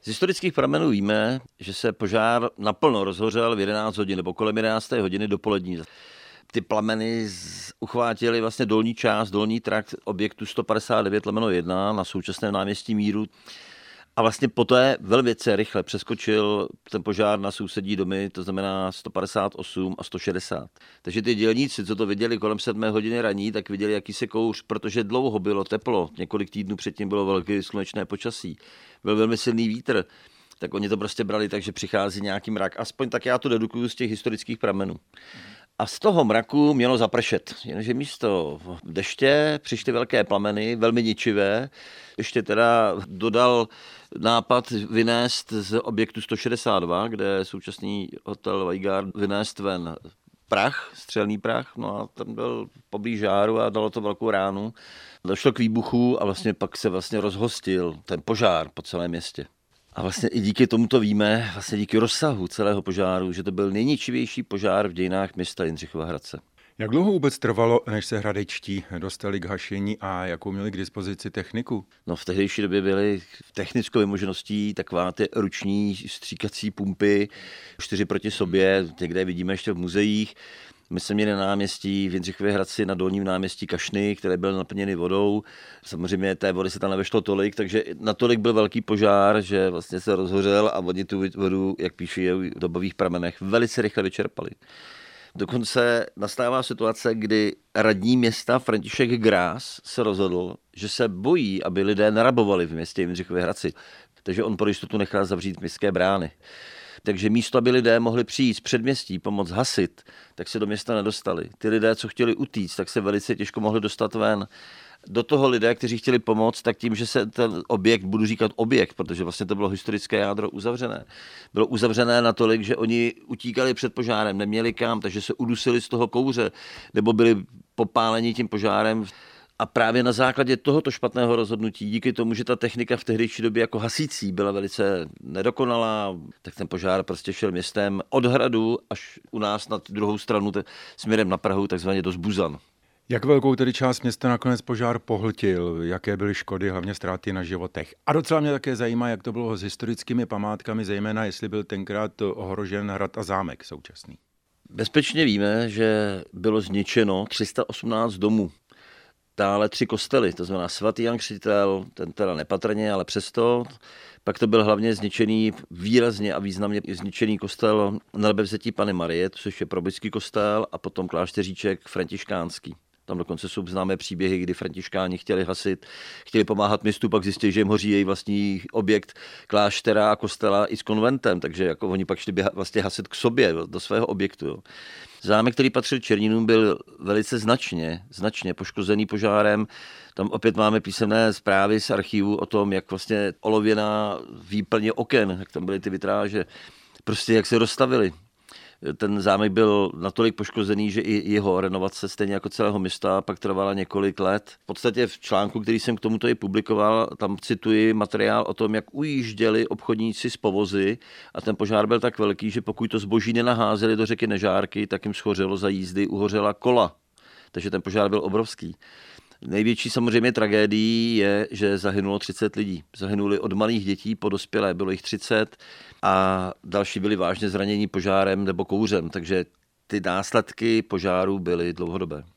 Z historických pramenů víme, že se požár naplno rozhořel v 11 hodin nebo kolem 11. hodiny dopolední. Ty plameny uchvátily vlastně dolní trakt objektu 159/1 na současném náměstí Míru. A vlastně poté velice rychle přeskočil ten požár na sousední domy, to znamená 158 a 160. Takže ty dělníci, co to viděli kolem 7 hodiny raní, tak viděli jakýsi kouř, protože dlouho bylo teplo, několik týdnů předtím bylo velké slunečné počasí, byl velmi silný vítr, tak oni to prostě brali tak, že přichází nějaký mrak. Aspoň tak já to dedukuju z těch historických pramenů. A z toho mraku mělo zapršet, jenže místo deště přišly velké plameny, velmi ničivé. Ještě teda dodal nápad vynést z objektu 162, kde je současný hotel Weigard, vynést ven prach, střelný prach, no a ten byl poblíž žáru a dalo to velkou ránu. Došlo k výbuchu a vlastně pak se vlastně rozhostil ten požár po celém městě. A vlastně i díky tomuto víme, vlastně díky rozsahu celého požáru, že to byl nejničivější požár v dějinách města Jindřichova Hradce. Jak dlouho vůbec trvalo, než se hradečtí dostali k hašení a jakou měli k dispozici techniku? No v tehdejší době byly technickou vymožeností taková ty ruční stříkací pumpy, 4 proti sobě, někde vidíme ještě v muzeích. My jsme měli na náměstí v Jindřichově Hradci na dolním náměstí kašny, které byly naplněny vodou. Samozřejmě té vody se tam nevešlo tolik, takže natolik byl velký požár, že vlastně se rozhořel a oni tu vodu, jak píší v dobových pramenech, velice rychle vyčerpali. Dokonce nastává situace, kdy radní města František Grás se rozhodl, že se bojí, aby lidé nerabovali v městě Jindřichově Hradci. Takže on pro jistotu nechal zavřít městské brány. Takže místo, aby lidé mohli přijít z předměstí, pomoct hasit, tak se do města nedostali. Ty lidé, co chtěli utíct, tak se velice těžko mohli dostat ven. Do toho lidé, kteří chtěli pomoct, tak tím, že se ten objekt, budu říkat objekt, protože vlastně to bylo historické jádro uzavřené, bylo uzavřené natolik, že oni utíkali před požárem, neměli kam, takže se udusili z toho kouře, nebo byli popáleni tím požárem. A právě na základě tohoto špatného rozhodnutí, díky tomu, že ta technika v tehdejší době jako hasící byla velice nedokonalá, tak ten požár prostě šel městem od Hradu až u nás na druhou stranu směrem na Prahu, takzvaně do Zbuzan. Jak velkou tedy část města nakonec požár pohltil? Jaké byly škody, hlavně ztráty na životech? A docela mě také zajímá, jak to bylo s historickými památkami, zejména jestli byl tenkrát ohrožen hrad a zámek současný. Bezpečně víme, že bylo zničeno 318 domů. Dále 3 kostely, to znamená svatý Jan Křtitel, ten teda nepatrně, ale přesto. Pak to byl hlavně zničený, výrazně a významně zničený kostel Nanebevzetí Panny Marie, což je probojský kostel, a potom klášteříček františkánský. Tam dokonce jsou známé příběhy, kdy františkáni chtěli hasit, chtěli pomáhat městu, pak zjistili, že jim hoří její vlastní objekt kláštera a kostela i s konventem, takže jako oni pak šli vlastně hasit k sobě, do svého objektu. Jo. Zámek, který patřil Černínům, byl velice značně poškozený požárem. Tam opět máme písemné zprávy z archivu o tom, jak vlastně olověná výplně oken, jak tam byly ty vitráže, prostě jak se rozstavily. Ten zámek byl natolik poškozený, že i jeho renovace, stejně jako celého města, pak trvala několik let. V podstatě v článku, který jsem k tomuto i publikoval, tam cituji materiál o tom, jak ujížděli obchodníci z povozy a ten požár byl tak velký, že pokud to zboží nenaházeli do řeky Nežárky, tak jim schořelo za jízdy, uhořela kola. Takže ten požár byl obrovský. Největší samozřejmě tragédií je, že zahynulo 30 lidí. Zahynuli od malých dětí po dospělé, bylo jich 30 a další byli vážně zraněni požárem nebo kouřem, takže ty následky požáru byly dlouhodobé.